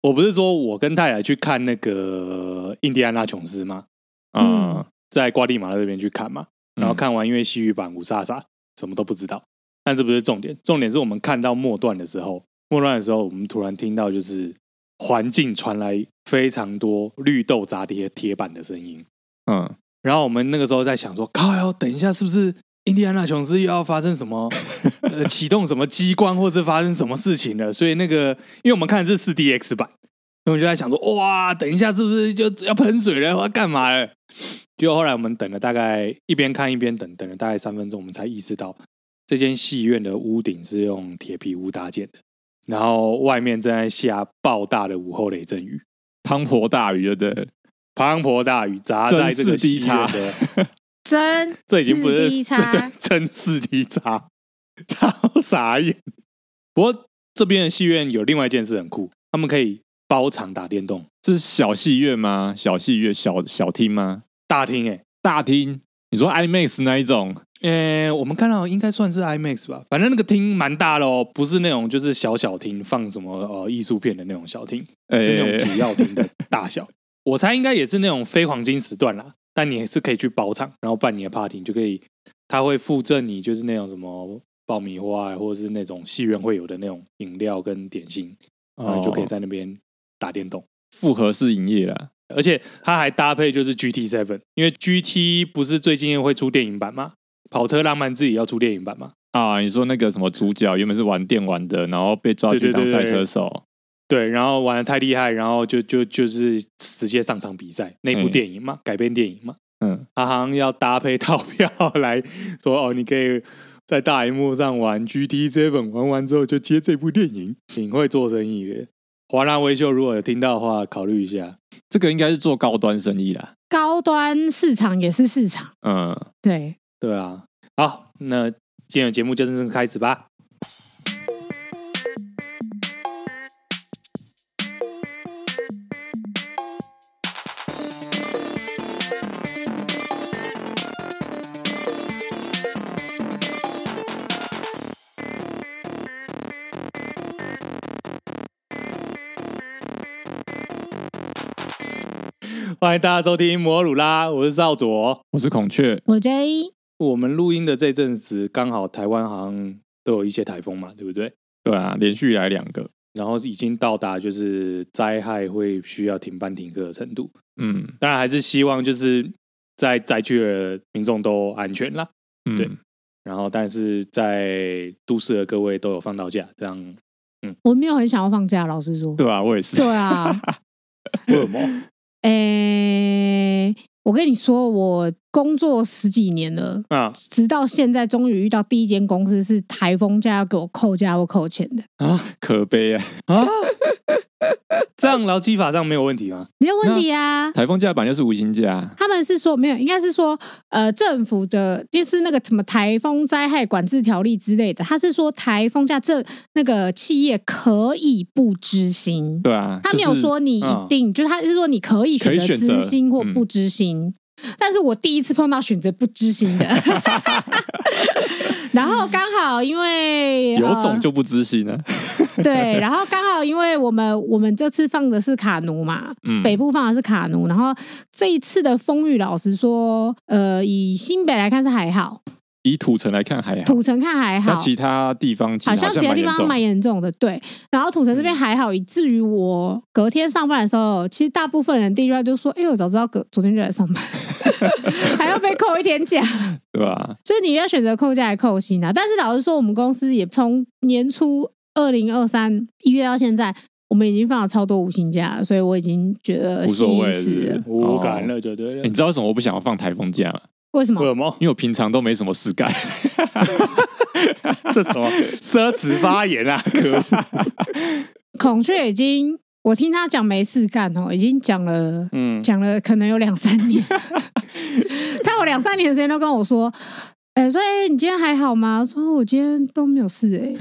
我不是说我跟太太去看那个印第安纳琼斯吗？在瓜地马拉这边去看嘛，然后看完因为西语版五煞煞什么都不知道，但这不是重点，重点是我们看到末段的时候，我们突然听到就是环境传来非常多绿豆砸铁板的声音，然后我们那个时候在想说，靠哟，等一下是不是印第安纳琼斯又要发生什么启动什么机关，或者发生什么事情了？所以那个，因为我们看的是 4DX 版，我们就在想说，哇，等一下是不是就要喷水了，我要干嘛了？结果后来我们等了大概一边看一边等了大概3分钟，我们才意识到这间戏院的屋顶是用铁皮屋搭建的，然后外面正在下爆大的午后雷阵雨， 滂沱大雨，对不对？ 滂沱大雨砸在这个戏院的。 真这已经不是真4D 叉，超傻眼。不过这边的戏院有另外一件事很酷，他们可以包场打电动。 是小戏院吗？小戏院、小厅吗？ 大厅大厅。你说 IMAX 那一种？ 我们看到应该算是 IMAX 吧，反正那个厅蛮大的哦，不是那种就是小厅放什么艺术片的那种小厅，是那种主要厅的大小。我猜应该也是那种非黄金时段啦，但你也是可以去包场，然后办你的 party， 你就可以，他会附赠你就是那种什么爆米花，或者是那种戏院会有的那种饮料跟点心，然后就可以在那边打电动， 复合式营业啦。 而且它还搭配就是 GT7， 因为 GT 不是最近会出电影版吗？跑车浪漫之旅要出电影版吗？ 你说那个什么主角原本是玩电玩的，然后被抓去当赛车手， 对，然后玩得太厉害，然后就是直接上场比赛，那部电影嘛，改编电影嘛，他好像要搭配套票来说你可以在大荧幕上玩 GT7， 玩完之后就接这部电影，挺会做生意的。华纳微秀如果有听到的话，考虑一下， 这个应该是做高端生意啦， 高端市场也是市场，对啊。好，那今天的节目就正式开始吧。欢迎大家收听摩鲁拉，我是少佐， 我是孔雀， 我 J。 我们录音的这阵子，刚好台湾好像都有一些台风嘛，对不对？ 对啊，连续来2个， 然后已经到达就是灾害会需要停班停课的程度。当然还是希望就是在灾区的民众都安全啦。对。然后但是在都市的各位都有放到假，这样。 我没有很想要放假，老实说。 对啊，我也是。 对啊。 为什么？ 我跟你说，我工作10几年了直到现在终于遇到第一间公司是台风假要给我扣假或扣钱的可悲这样劳基法上没有问题吗？ 没有问题啊， 台风假本来就是无薪假。 他们是说没有，应该是说政府的就是那个什么台风灾害管制条例之类的，他是说台风假那个企业可以不支薪。 对啊， 他没有说你一定，就是他是说你可以选择支薪或不支薪。但是我第一次碰到选择不支薪的然后刚好因为有种就不支薪了对，然后刚好因为我们这次放的是卡奴嘛，北部放的是卡奴，然后这一次的风雨老实说以新北来看是还好， 以土城来看还好， 土城看还好， 那其他地方好像其他地方蛮严重的，对。然后土城这边还好，以至于我隔天上班的时候，其实大部分人第一句话就说：“我早知道昨天就来上班，还要被扣1天假， 对吧？” 所以你要选择扣假还扣薪啊。但是老实说，我们公司也从年初2023 1月到现在，我们已经放了超多无薪假了，所以我已经觉得无所谓了， 无感了，就对了。 你知道为什么我不想要放台风假吗？ 为什么？ 因为我平常都没什么事干这什么奢侈发言啊！可孔雀已经，我听他讲没事干已经讲了，讲了可能有2-3年。他有2-3年的时间都跟我说，所以你今天还好吗？我说我今天都没有事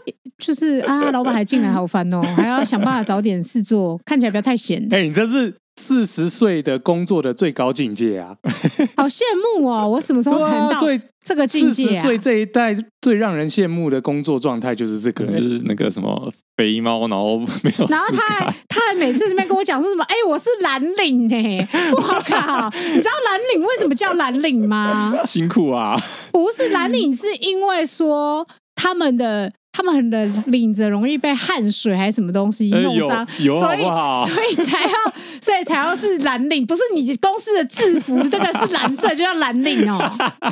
就是老板还进来好烦还要想办法找点事做，看起来不要太闲。 你这是 40岁的工作的最高境界啊！ 好羡慕哦！我什么时候才到这个境界啊？40 岁这一代最让人羡慕的工作状态就是这个， 就是那个什么肥猫，然后没有， 然后他还每次那边跟我讲说什么，我是蓝领欸，我靠！你知道蓝领为什么叫蓝领吗？ 辛苦啊！ 不是蓝领，是因为说他们的领子容易被汗水还是什么东西弄脏，所以才要是蓝领，不是你公司的制服这个是蓝色就叫蓝领哦。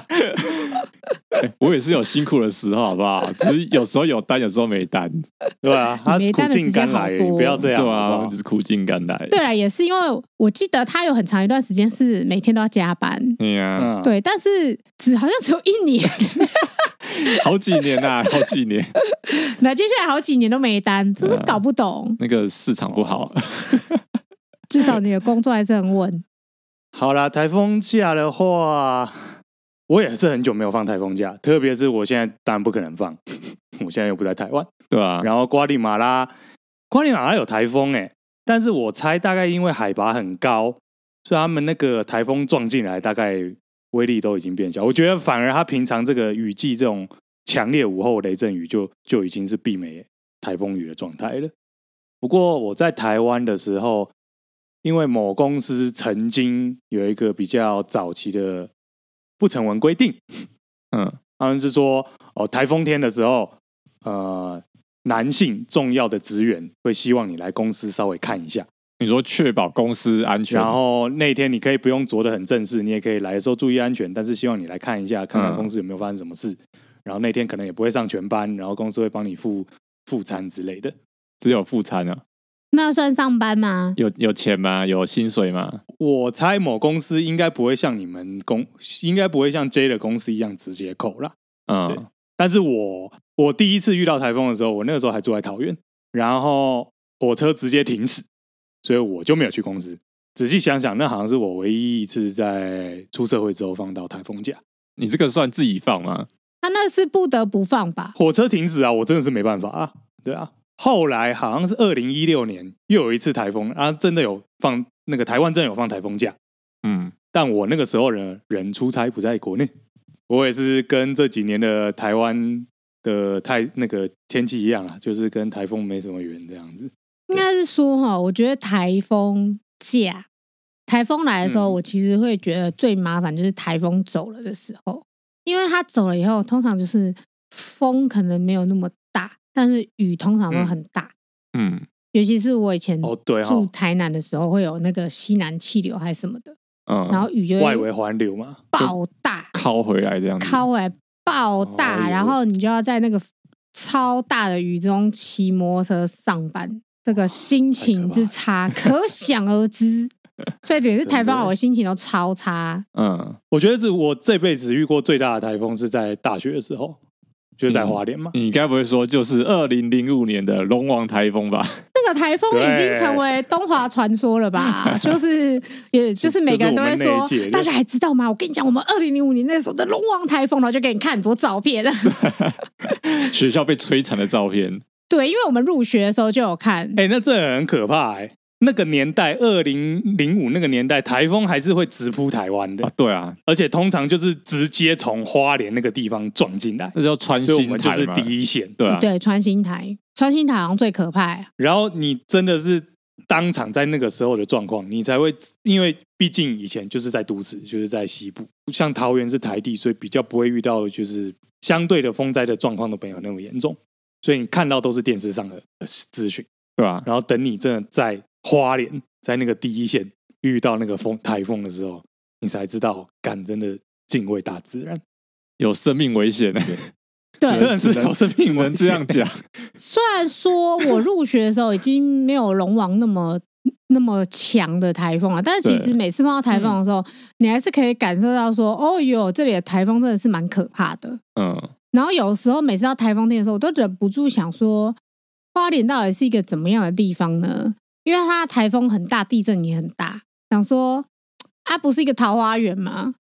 我也是有辛苦的时候，好不好？只是有时候有单，有时候没单， 对啊，他苦尽甘来，你不要这样， 对啊，只是苦尽甘来。 对啦，也是因为我记得他有很长一段时间是每天都要加班，对，但是好像只有1年， 好几年啊，好几年。 那接下来好几年都没单，真是搞不懂。 那个市场不好， 至少你的工作还是很稳。 好啦，台风假的话，我也是很久没有放台风假，特别是我现在当然不可能放，我现在又不在台湾， 对啊。 然后瓜地马拉有台风但是我猜大概因为海拔很高，所以他们那个台风撞进来，大概威力都已经变小。我觉得反而他平常这个雨季这种强烈午后雷阵雨就已经是媲美台风雨的状态了。不过我在台湾的时候，因为某公司曾经有一个比较早期的不成文规定，他们是说台风天的时候，男性重要的职员会希望你来公司稍微看一下。 你说确保公司安全， 然后那天你可以不用着得很正式，你也可以来的时候注意安全，但是希望你来看一下，看看公司有没有发生什么事。然后那天可能也不会上全班，然后公司会帮你付餐之类的。 只有付餐啊？ 那算上班吗？ 有钱吗？有薪水吗？ 我猜某公司应该不会像你们应该不会像 J 的公司一样直接扣啦。对。但是我第一次遇到台风的时候，我那个时候还住在桃园，然后火车直接停驶，所以我就没有去公司。仔细想想，那好像是我唯一一次在出社会之后放到台风假。 你这个算自己放吗？ 他那是不得不放吧？ 火车停驶啊，我真的是没办法啊。对啊，后来好像是2016年又有一次台风，然后真的有放那个台湾真的有放台风假。但我那个时候人出差不在国内，我也是跟这几年的台湾的那个天气一样啦，就是跟台风没什么缘这样子。 应该是说我觉得台风来的时候，我其实会觉得最麻烦就是台风走了的时候，因为它走了以后，通常就是风可能没有那么大，但是雨通常都很大。尤其是我以前住台南的时候，会有那个西南气流还是什么的，然后雨就会外围环流嘛， 爆大， 靠回来这样子， 靠回来爆大，然后你就要在那个超大的雨中骑摩托车上班，这个心情之差可想而知。所以也是台风，我的心情都超差。 我觉得是我这辈子遇过最大的台风是在大学的时候，就是在花莲嘛。 你该不会说就是2005年的龙王台风吧？ 那个台风已经成为东华传说了吧？就是每个人都会说，大家还知道吗？我跟你讲，我们2005年那时候的龙王台风，然后就给你看很多照片， 学校被摧残的照片。 对，因为我们入学的时候就有看。 那这很可怕那个年代2005那个年代，台风还是会直扑台湾的。 对啊， 而且通常就是直接从花莲那个地方撞进来， 那叫穿心台嘛，所以我们就是第一线。 对啊，对，穿心台好像最可怕。 然后你真的是当场在那个时候的状况，你才会，因为毕竟以前就是在都市，就是在西部，像桃园是台地，所以比较不会遇到就是相对的风灾的状况都没有那么严重，所以你看到都是电视上的资讯， 对啊。 然后等你真的在花莲在那个第一线遇到那个台风的时候，你才知道真的敬畏大自然， 有生命危险。 对， 真的是有生命危险， 只能这样讲。 虽然说我入学的时候已经没有龙王那么强的台风了，但是其实每次碰到台风的时候，你还是可以感受到说，这里的台风真的是蛮可怕的。然后有时候每次到台风天的时候，我都忍不住想说，花莲到底是一个怎么样的地方呢？因为它的台风很大，地震也很大，想说不是一个桃花源吗？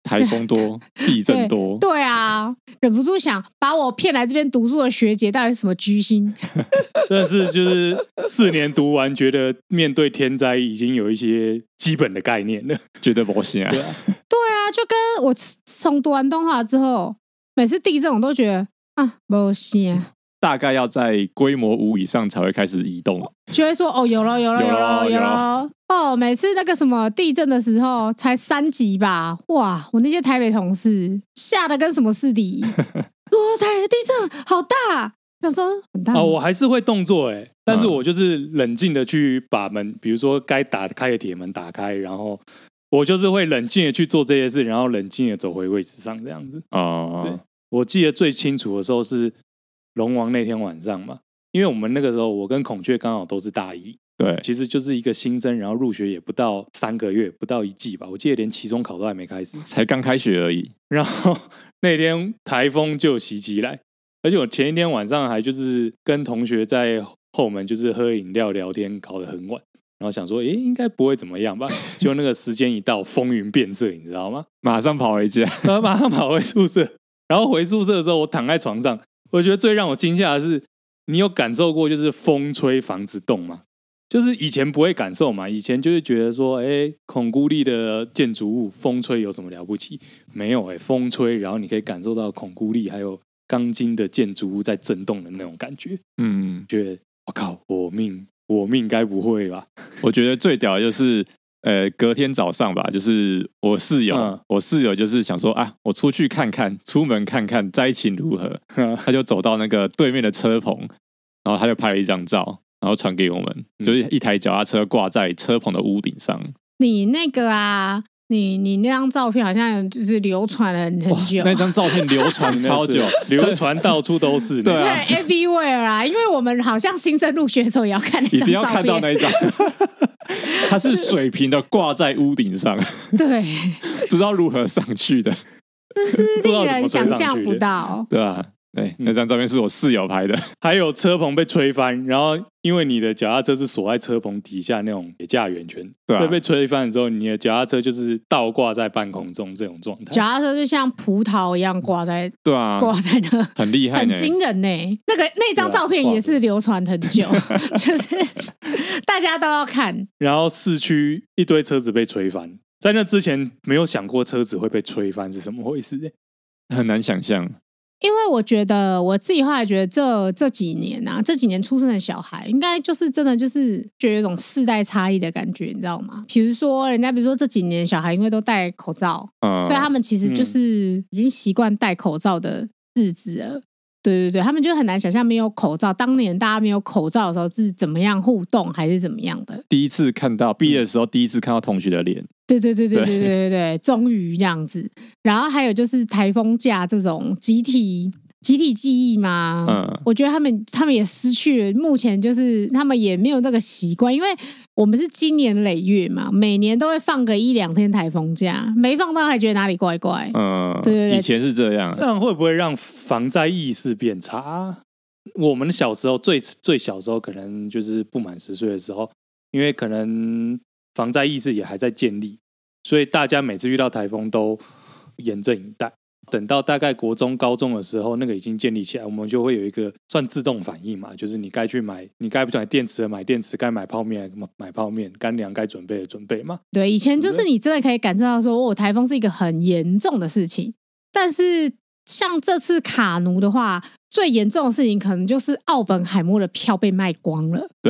台风多，地震多。 对啊，忍不住想把我骗来这边读书的学姐到底是什么居心？ 但是就是4年读完，觉得面对天灾已经有一些基本的概念了， 觉得不行啊。 对啊，就跟我从读完动画之后，每次地震我都觉得啊，不行。 大概要在规模5以上才会开始移动， 就会说哦，有了哦，每次那个什么地震的时候才3级吧，哇！我那些台北同事吓得跟什么似的，台地震好大，想说很大我还是会动作但是我就是冷静的去把门，比如说该打开的铁门打开，然后我就是会冷静的去做这些事，然后冷静的走回位置上这样子。对，我记得最清楚的时候是龙王那天晚上嘛，因为我们那个时候我跟孔雀刚好都是大一， 对， 其实就是一个新生，然后入学也不到3个月，不到1季吧，我记得连期中考都还没开始， 才刚开学而已。 然后那天台风就袭击来，而且我前一天晚上还就是跟同学在后门就是喝饮料聊天，搞得很晚，然后想说应该不会怎么样吧，结果那个时间一到，风云变色，你知道吗？ 马上跑回家， 马上跑回宿舍，然后回宿舍的时候，我躺在床上。我觉得最让我惊吓的是，你有感受过就是风吹房子动吗？就是以前不会感受嘛，以前就是觉得说，孔孤立的建筑物风吹有什么了不起？没有风吹，然后你可以感受到孔孤立还有钢筋的建筑物在震动的那种感觉。觉得我靠，我命该不会吧？ 我觉得最屌的就是隔天早上吧，就是我室友就是想说啊，我出去看看，出门看看灾情如何。他就走到那个对面的车棚，然后他就拍了一张照，然后传给我们，就是一台脚踏车挂在车棚的屋顶上。 你那个啊，你那张照片好像就是流传了很久， 那张照片流传超久， 流传到处都是。 对啊 ，everywhere 啊，因为我们好像新生入学的时候也要看那张照片， 一定要看到那一张。它是水平的挂在屋顶上， 对， 不知道如何上去的， 真是令人想象不到， 对吧？对，那张照片是我室友拍的。 还有车棚被吹翻，然后因为你的脚踏车是锁在车棚底下那种铁架圆圈，对，被吹翻之后，你的脚踏车就是倒挂在半空中这种状态。 脚踏车就像葡萄一样挂在， 对啊， 挂在那， 很厉害， 很惊人呢。那张照片也是流传很久，就是大家都要看。 然后市区一堆车子被吹翻，在那之前没有想过车子会被吹翻是怎么回事， 很难想象。 因为我觉得我自己后来觉得这几年啊，这几年出生的小孩，应该就是真的就是觉得有一种世代差异的感觉，你知道吗？比如说这几年小孩因为都戴口罩，所以他们其实就是已经习惯戴口罩的日子了。对，他们就很难想象没有口罩，当年大家没有口罩的时候是怎么样互动，还是怎么样的。 第一次看到毕业的时候，第一次看到同学的脸。 对，终于这样子。然后还有就是台风假这种集体记忆嘛，我觉得他们也失去了，目前就是他们也没有那个习惯，因为我们是经年累月嘛，每年都会放个1-2天台风假，没放到还觉得哪里怪怪。对， 以前是这样， 这样会不会让防灾意识变差？我们小时候最小时候可能就是不满10岁的时候，因为可能防灾意识也还在建立，所以大家每次遇到台风都严阵以待。等到大概国中、高中的时候，那个已经建立起来，我们就会有一个算自动反应嘛，就是你该去买，你该不买电池的买电池，该买泡面买泡面，干粮该准备的准备嘛。 对，以前就是你真的可以感受到说，台风是一个很严重的事情，但是像这次卡奴的话，最严重的事情可能就是奥本海默的票被卖光了。 对，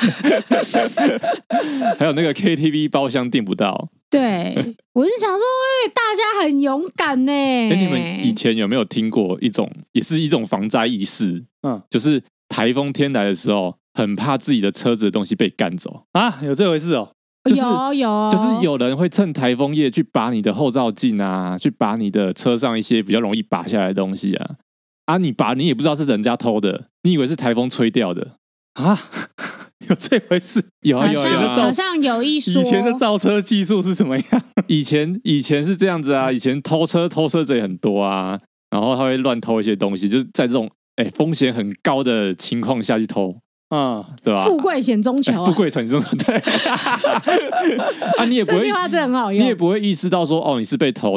还有那个 KTV 包厢订不到。 对，我是想说，大家很勇敢呢。 你们以前有没有听过也是一种防灾意识？就是台风天来的时候，很怕自己的车子的东西被赶走啊？有这回事哦？ 就是有人会趁台风夜去拔你的后照镜啊，去拔你的车上一些比较容易拔下来的东西啊，你拔你也不知道是人家偷的，你以为是台风吹掉的啊？有这回事？有好像有一说。 以前的造车技术是怎么样？ 以前是这样子啊，以前偷车贼也很多啊，然后他会乱偷一些东西，就是在这种风险很高的情况下去偷。对吧？ 富贵险中求， 富贵险中求，对。你也不会， 这句话真的很好用。 你也不会意识到说，你是被偷的，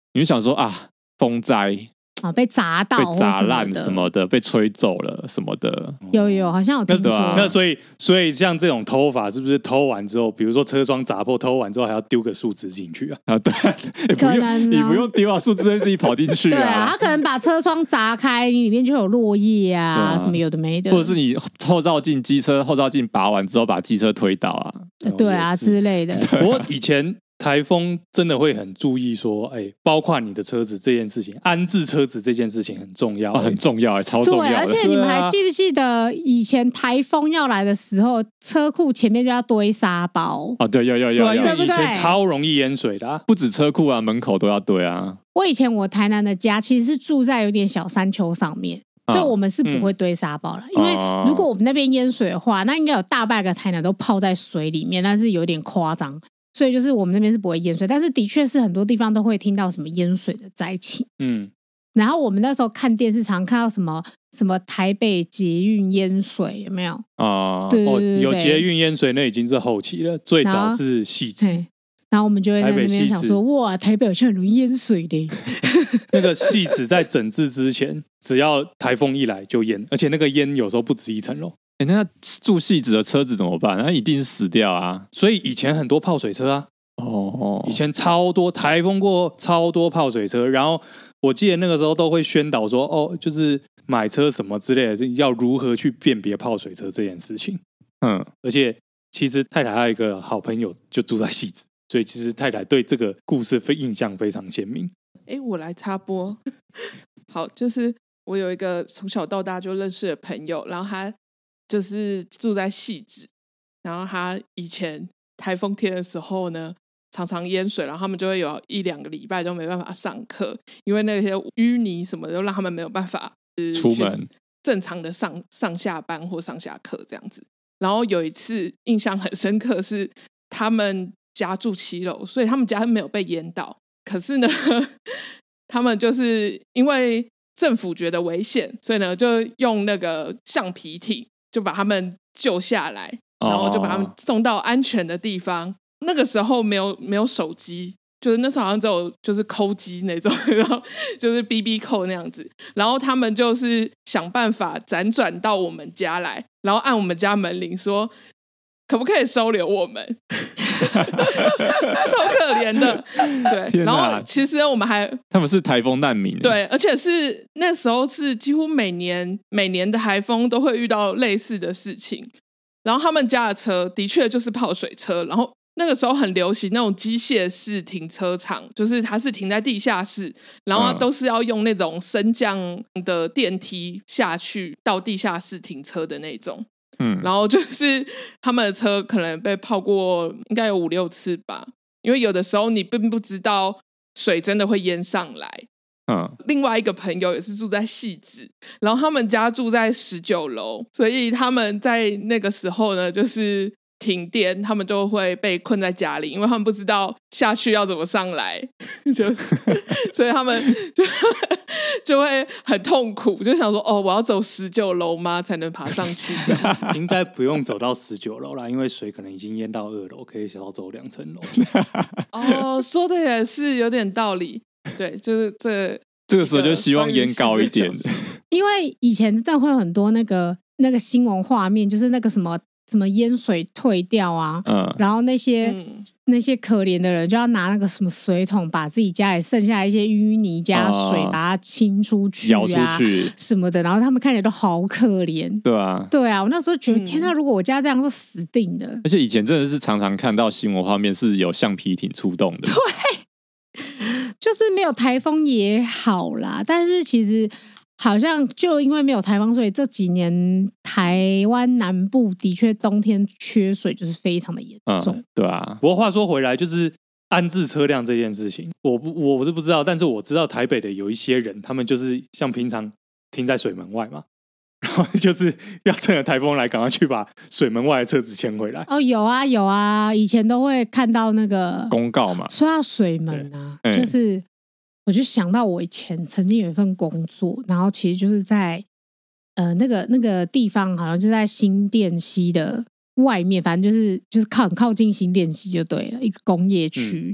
你就想说啊，风灾啊，被砸到、 被砸烂什么的，被吹走了什么的， 有好像有听说。 那所以像这种偷法，是不是偷完之后，比如说车窗砸破，偷完之后还要丢个树枝进去啊？ 啊，对， 可能你不用丢啊，树枝会自己跑进去啊。 对啊，他可能把车窗砸开，里面就有落叶啊，什么有的没的， 或者是你机车后照镜拔完之后，把机车推倒啊， 对啊之类的。 不过以前台风真的会很注意说，包括你的车子这件事情，安置车子这件事情很重要， 很重要，超重要的。 对，而且你们还记不记得以前台风要来的时候，车库前面就要堆沙包？ 哦，对，有， 对不对？以前超容易淹水的啊， 不止车库啊，门口都要堆啊。 我以前台南的家其实是住在有点小山丘上面。所以我们是不会堆沙包了，因为如果我们那边淹水的话，那应该有大半个台南都泡在水里面，但是有点夸张。所以就是我们那边是不会淹水，但是的确是很多地方都会听到什么淹水的灾情。然后我们那时候看电视常看到什么台北捷运淹水，有没有？对， 有捷运淹水，那已经是后期了，最早是汐止。 然后我们就会在那边想说，哇，台北好像很容易淹水的。 那个汐止在整治之前，只要台风一来就淹，而且那个淹有时候不止1层楼。 那住汐止的车子怎么办？那一定是死掉啊！ 所以以前很多泡水车啊，以前超多台风过超多泡水车，然后我记得那个时候都会宣导说，就是买车什么之类的，要如何去辨别泡水车这件事情。而且其实太太还有一个好朋友就住在汐止。所以其实太太对这个故事印象非常鲜明。 我来插播。好，就是我有一个从小到大就认识的朋友，然后他就是住在汐止，然后他以前台风天的时候呢，常常淹水，然后他们就会有1-2个礼拜都没办法上课，因为那些淤泥什么的都让他们没有办法出门正常的上下班或上下课这样子。然后有一次印象很深刻是他们家住7楼，所以他们家没有被淹到。可是呢，他们就是因为政府觉得危险，所以呢就用那个橡皮艇就把他们救下来，然后就把他们送到安全的地方。那个时候没有手机，就是那时候好像只有就是扣机那种，然后就是 BB 扣那样子。然后他们就是想办法辗转到我们家来，然后按我们家门铃说可不可以收留我们。超可怜的。对，然后其实我们他们是台风难民。 对，而且是那时候是几乎每年的台风都会遇到类似的事情。然后他们家的车的确就是泡水车，然后那个时候很流行那种机械式停车场，就是它是停在地下室，然后都是要用那种升降的电梯下去到地下室停车的那种。然后就是他们的车可能被泡过应该有5-6次吧，因为有的时候你并不知道水真的会淹上来。另外一个朋友也是住在汐止，然后他们家住在19楼，所以他们在那个时候呢就是停电，他们就会被困在家里，因为他们不知道下去要怎么上来。就是所以他们就会很痛苦，就想说我要走19楼吗才能爬上去？ 应该不用走到19楼啦，因为水可能已经淹到2楼，可以少走2层楼。 说的也是有点道理。对，就是这个时候就希望淹高一点。 因为以前真的会有很多那个新闻画面，就是那个什么淹水退掉啊，然后那些可怜的人就要拿那个什么水桶把自己家里剩下一些淤泥加水把它清出去啊， 舀出去什么的，然后他们看起来都好可怜。对啊，我那时候觉得天哪，如果我家这样是死定的。 而且以前真的是常常看到新闻画面是有橡皮艇出动的。 对，就是没有台风也好啦，但是其实好像就因为没有台风，所以这几年台湾南部的确冬天缺水就是非常的严重。 对啊。 不过话说回来，就是安置车辆这件事情，我是不知道，但是我知道台北的有一些人，他们就是像平常停在水门外嘛，然后就是要趁着台风来赶快去把水门外的车子牵回来。 有啊，以前都会看到那个公告嘛。 说到水门啊，就是我就想到我以前曾经有一份工作，然后其实就是在那个地方，好像就在新店溪的外面，反正就是很靠近新店溪就对了，一个工业区。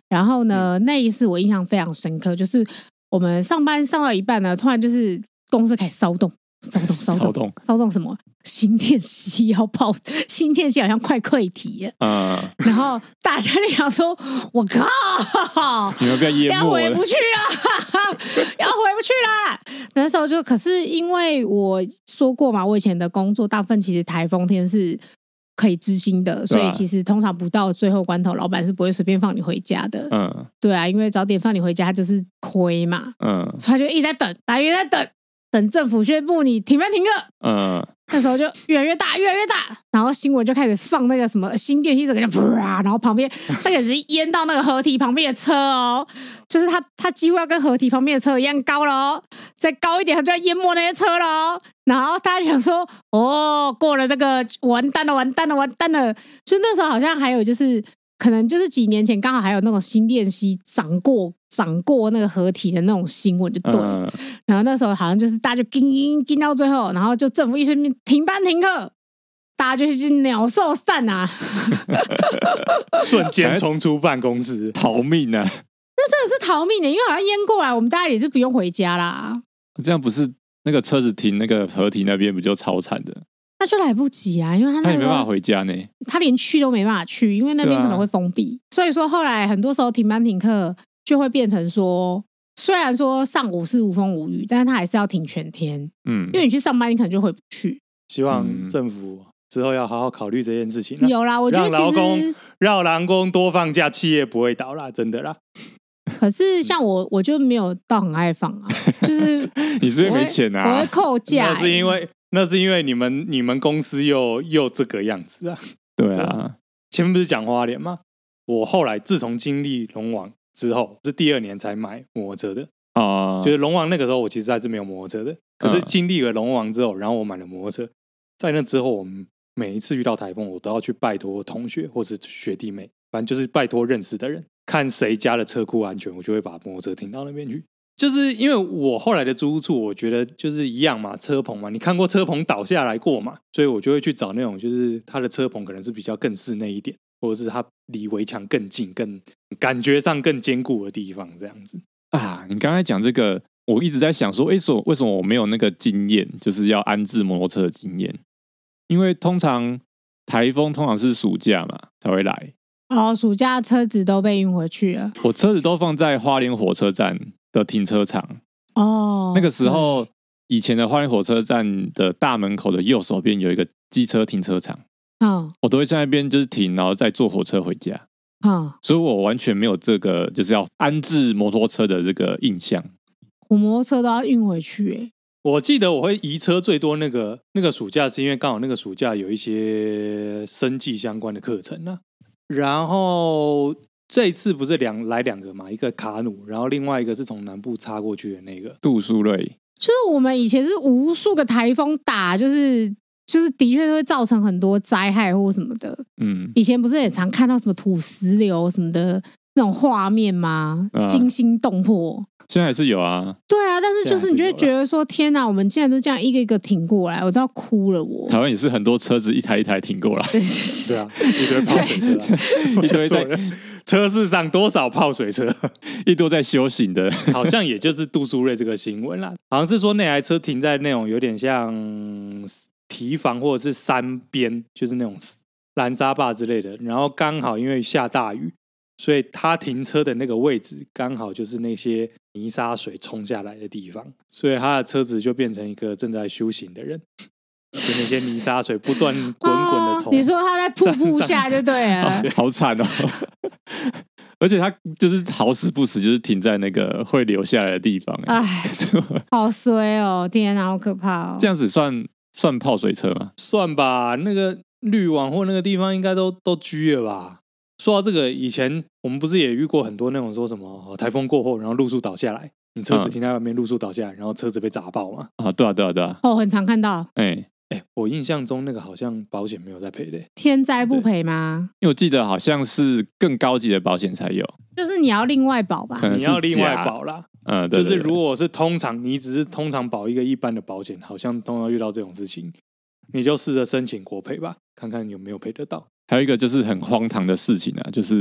然后呢，那一次我印象非常深刻，就是我们上班上到一半呢，突然就是公司开始骚动什么？新店溪要爆，新店溪好像快溃堤了。然后大家就想说：“我靠， 你们不要淹没了， 要回不去了，要回不去了。”那时候就可是因为我说过嘛，我以前的工作大部分其实台风天是可以支薪的，所以其实通常不到最后关头，老板是不会随便放你回家的。对啊，因为早点放你回家，他就是亏嘛。所以他就一直在等，大约在等政府宣布你停班停课。那时候就越来越大，然后新闻就开始放那个什么新店溪整个就啪，然后旁边那个是淹到那个河堤旁边的车哦，就是它几乎要跟河堤旁边的车一样高了哦，再高一点它就要淹没那些车了哦。然后大家想说，过了这个完蛋了，就那时候好像还有就是可能就是几年前刚好还有那种新店溪涨过那个河堤的那种新闻就对了。然后那时候好像就是大家就盯到最后，然后就政府一声命停班停课，大家就是鸟兽散啊， 瞬间冲出办公室逃命啊！ 那真的是逃命的，因为好像淹过来，我们大家也是不用回家啦。 这样不是那个车子停那个河堤那边不就超惨的？ 他就来不及啊，因为他也没办法回家呢， 他连去都没办法去，因为那边可能会封闭。所以说后来很多时候停班停课就会变成说，虽然说上午是无风无雨，但是他还是要停全天。因为你去上班，你可能就回不去。 希望政府之后要好好考虑这件事情。 有啦，我觉得让劳工多放假，企业不会倒啦，真的啦。 可是像我就没有到很爱放啊，就是你是因为没钱啊， 我会扣假。 那是因为你们公司又这个样子啊。 对啊， 前面不是讲花莲吗？我后来自从经历龙王之后，是第2年才买摩托车的。就是龙王那个时候我其实还是没有摩托车的，可是经历了龙王之后，然后我买了摩托车。在那之后，我们每一次遇到台风，我都要去拜托同学或是学弟妹，反正就是拜托认识的人，看谁家的车库安全，我就会把摩托车停到那边去。就是因为我后来的租屋处，我觉得就是一样嘛，车棚嘛，你看过车棚倒下来过嘛，所以我就会去找那种就是它的车棚可能是比较更室内一点，或者是它离围墙更近、更感觉上更坚固的地方，这样子啊。你刚才讲这个，我一直在想说，为什么我没有那个经验，就是要安置摩托车的经验？因为通常台风通常是暑假嘛才会来。 暑假车子都被运回去了。 我车子都放在花莲火车站的停车场。那个时候，以前的花莲火车站的大门口的右手边有一个机车停车场。我都会在那边就是停，然后再坐火车回家。所以我完全没有这个就是要安置摩托车的这个印象。 我摩托车都要运回去我记得我会移车最多那个暑假，是因为刚好那个暑假有一些生技相关的课程啊。然后这一次不是来两个嘛，一个卡努，然后另外一个是从南部插过去的那个杜苏芮。 就是我们以前是无数个台风打，就是的确会造成很多灾害或什么的。以前不是也常看到什么土石流什么的那种画面吗？惊心动魄。 现在还是有啊。 对啊，但是就是你就会觉得说，天哪，我们竟然都这样一个一个挺过来，我都要哭了。台湾也是很多车子一台一台挺过来。 对啊，一堆泡水车一堆在车市上多少泡水车， 一堆在修行的， 好像也就是杜苏芮这个新闻啦。好像是说那台车停在那种有点像堤防或者是山边，就是那种拦沙坝之类的，然后刚好因为下大雨，所以他停车的那个位置刚好就是那些泥沙水冲下来的地方，所以他的车子就变成一个正在修行的人，就那些泥沙水不断滚滚的冲。 你说他在瀑布下就对了， 好惨哦！而且他就是好死不死，就是停在那个会流下来的地方。 哎，好衰哦！天哪，好可怕哦！ 这样子算泡水车吗？ 算吧，那个滤网或那个地方应该都居了吧。说到这个，以前我们不是也遇过很多那种说什么台风过后，然后路树倒下来，你车子停在外面，路树倒下来，然后车子被砸爆嘛？ 对啊。 很常看到。 我印象中那个好像保险没有在赔的。 天灾不赔吗？ 因为我记得好像是更高级的保险才有， 就是你要另外保吧？ 你要另外保啦。 对， 就是如果是你只是通常保一个一般的保险，好像通常遇到这种事情，你就试着申请国赔吧，看看有没有赔得到。 还有一个就是很荒唐的事情啊，就是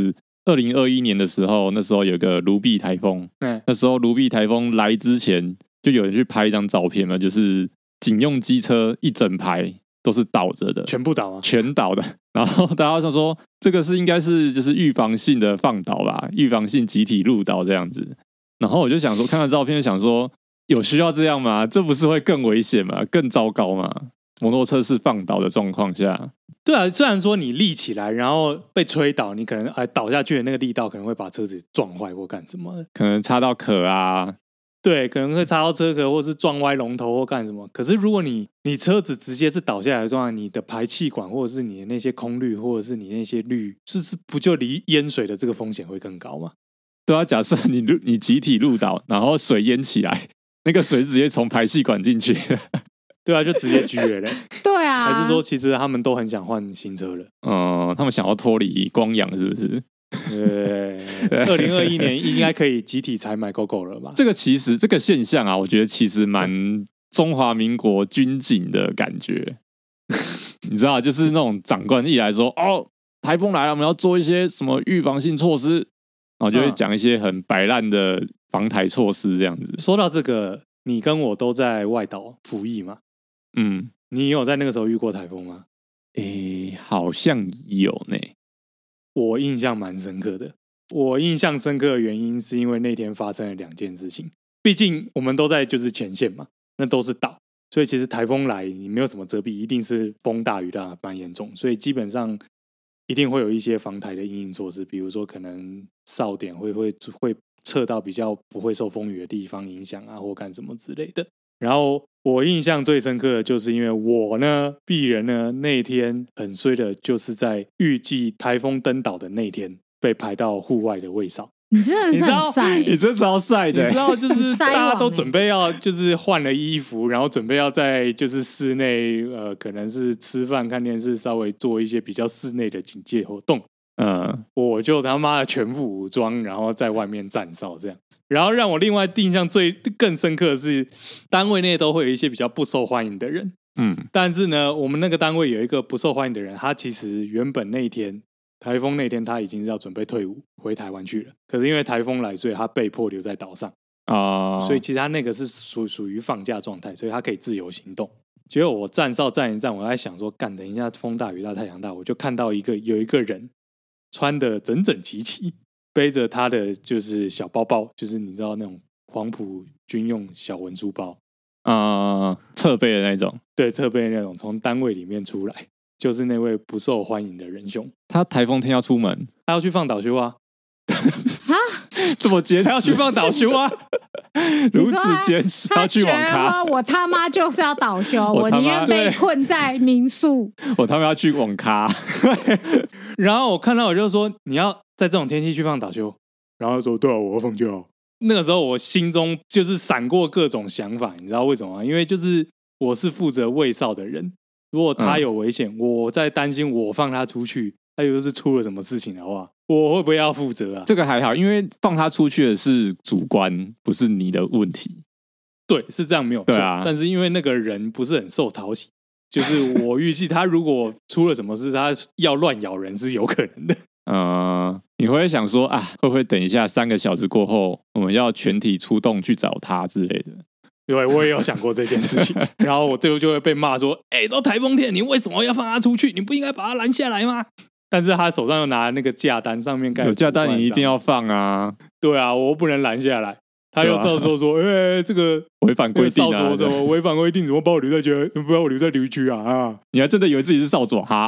2021年的时候，那时候有个卢碧台风，那时候卢碧台风来之前，就有人去拍一张照片嘛，就是警用机车一整排都是倒着的， 全部倒吗？ 全倒的。然后大家想说，这个是应该是就是预防性的放倒吧，预防性集体路倒这样子。然后我就想说，看到照片想说，有需要这样吗？这不是会更危险吗？更糟糕吗？摩托车是放倒的状况下， 对啊，虽然说你立起来，然后被吹倒，你可能倒下去的那个力道可能会把车子撞坏或干什么的， 可能插到壳啊， 对，可能会插到车壳，或是撞歪龙头或干什么。可是如果你车子直接是倒下来的状况，你的排气管或者是你的那些空滤，或者是你那些滤，是不就离淹水的这个风险会更高吗？ 对啊，假设你集体路倒，然后水淹起来，那个水直接从排气管进去。 对啊，就直接拒了嘞。 对啊， 还是说其实他们都很想换新车了？ 他们想要脱离光阳，是不是？ 对，2021年应该可以集体采买 GoGo 了吧？ 这个其实这个现象啊，我觉得其实蛮中华民国军警的感觉。你知道，就是那种长官一来说，哦，台风来了，我们要做一些什么预防性措施，然后就会讲一些很摆烂的防台措施这样子。 说到这个，你跟我都在外岛服役嘛？你有在那个时候遇过台风吗？ 好像有呢。 我印象蛮深刻的。我印象深刻的原因是因为那天发生了2件事情。毕竟我们都在就是前线嘛，那都是岛，所以其实台风来你没有什么遮蔽，一定是风大雨大蛮严重，所以基本上一定会有一些防台的因应措施，比如说可能哨点会撤到比较不会受风雨的地方影响啊，或干什么之类的。然后我印象最深刻的就是因为我呢，鄙人呢，那天很衰的就是在预计台风登岛的那天被排到户外的卫哨。 你真的是很晒， 你真超晒的。 你知道，就是大家都准备要就是换了衣服，然后准备要在就是室内可能是吃饭看电视，稍微做一些比较室内的警戒活动。我就他妈的全副武装，然后在外面站哨这样子。然后让我另外印象更深刻的是，单位内都会有一些比较不受欢迎的人。但是呢，我们那个单位有一个不受欢迎的人，他其实原本那一天台风那天他已经是要准备退伍回台湾去了，可是因为台风来，所以他被迫留在岛上所以其实他那个是属于放假状态，所以他可以自由行动。结果我站哨站一站，我在想说，干，等一下风大雨大太阳大，我就看到有一个人穿的整整齐齐，背着他的就是小包包，就是你知道那种黄埔军用小文书包侧背的那种， 对，侧背的那种，从单位里面出来，就是那位不受欢迎的仁兄。 他台风天要出门， 他要去放岛休啊！ 这么坚持， 他要去放岛休啊！ 如此坚持，要去网咖， 我他妈就是要岛休，我宁愿被困在民宿。 我他妈要去网咖。 然后我看到我就说，你要在这种天气去放岛休，然后说对啊，我要放假。那个时候我心中就是闪过各种想法，你知道为什么吗？因为就是我是负责卫哨的人，如果他有危险，我在担心我放他出去，他就是出了什么事情的话，我会不会要负责啊？ 这个还好，因为放他出去的是主观，不是你的问题。 对，是这样没有错。 对啊， 但是因为那个人不是很受讨喜，就是我预计他如果出了什么事，他要乱咬人是有可能的。 你会想说啊，会不会等一下3个小时过后，我们要全体出动去找他之类的？ 对，我也有想过这件事情，然后我最后就会被骂说：“都台风天，你为什么要放他出去？你不应该把他拦下来吗？”但是他手上又拿那个假单，上面盖有假单，你一定要放啊！ 对啊，我不能拦下来。他又到时候说：“这个违反规定啊， 什么违反规定，怎么把我留在家，不要我留在留区啊？” 你还真的以为自己是少佐哈？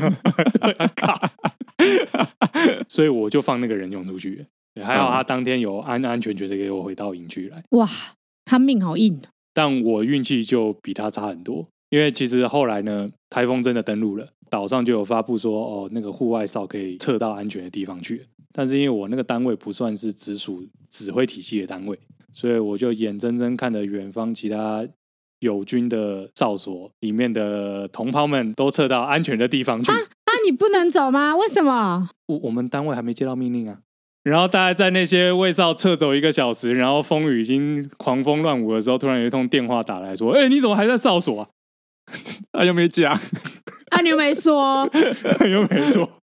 所以我就放那个人用出去，还好他当天有安安全全的给我回到营区来。 哇，他命好硬。 但我运气就比他差很多，因为其实后来呢，台风真的登陆了，岛上就有发布说，那个户外哨可以撤到安全的地方去。但是因为我那个单位不算是直属指挥体系的单位，所以我就眼睁睁看着远方其他友军的哨所里面的同胞们都撤到安全的地方去。 你不能走吗？为什么？ 我们单位还没接到命令啊。然后大概在那些卫哨撤走1个小时，然后风雨已经狂风乱舞的时候，突然有一通电话打来说：“你怎么还在哨所啊？” 又没讲， 你又没说， 又没说。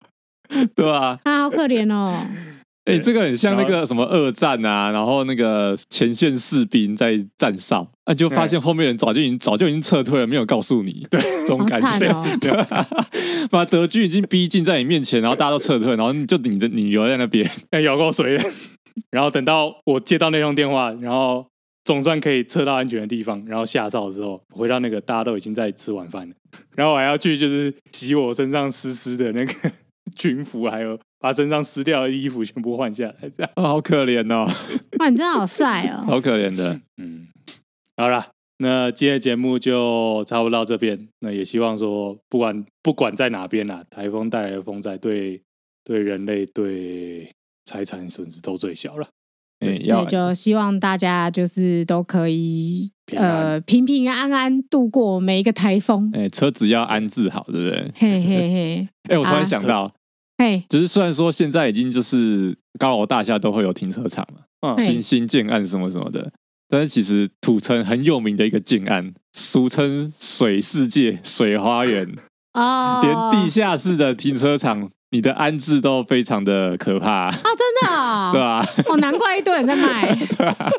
对吧？ 啊，好可怜哦。 这个很像那个什么二战啊，然后那个前线士兵在站哨，就发现后面人早就已经撤退了，没有告诉你，对，这种感觉，对，把德军已经逼近在你面前，然后大家都撤退，然后你留在那边， 咬够水了。然后等到我接到那通电话，然后总算可以撤到安全的地方，然后下哨之后回到那个大家都已经在吃晚饭了，然后我还要去就是洗我身上湿湿的那个军服，还有把身上湿掉的衣服全部换下来，这样好可怜哦！ 哇，你真的好晒哦， 好可怜的。 好啦，那今天的节目就差不多到这边。那也希望说，不管在哪边啦，台风带来的风灾对人类对财产损失都最小了。 对，就希望大家就是都可以平平安安度过每一个台风。 车子要安置好，对不对？ 嘿嘿嘿。 我突然想到，就是虽然说现在已经就是高楼大厦都会有停车场了，新建案什么什么的，但是其实土城很有名的一个建案，俗称水世界、水花园，连地下室的停车场，你的安置都非常的可怕啊！ 真的啊， 对吧？ 难怪一堆人在卖。 对啊，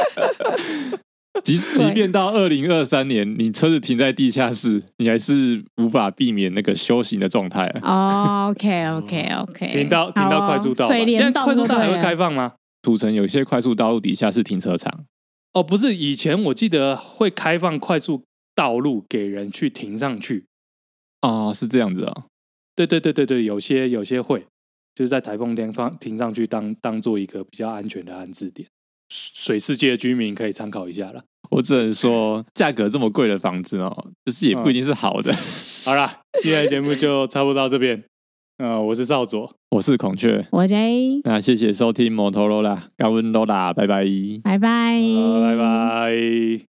即便到2023年，你车子停在地下室，你还是无法避免那个修行的状态啊。OK， 停到快速道， 水帘洞， 快速道还会开放吗？ 土城有些快速道路底下是停车场。 不是，以前我记得会开放快速道路给人去停上去。 是这样子啊。 对，有些会，就是在台风天停上去当做一个比较安全的安置点。水世界的居民可以参考一下啦。 我只能说，价格这么贵的房子就是也不一定是好的。 好啦，今天的节目就差不多到这边。我是少佐， 我是孔雀， 我 J。 那谢谢收听摩托罗拉，高温罗拉，拜拜， 拜拜， 拜拜。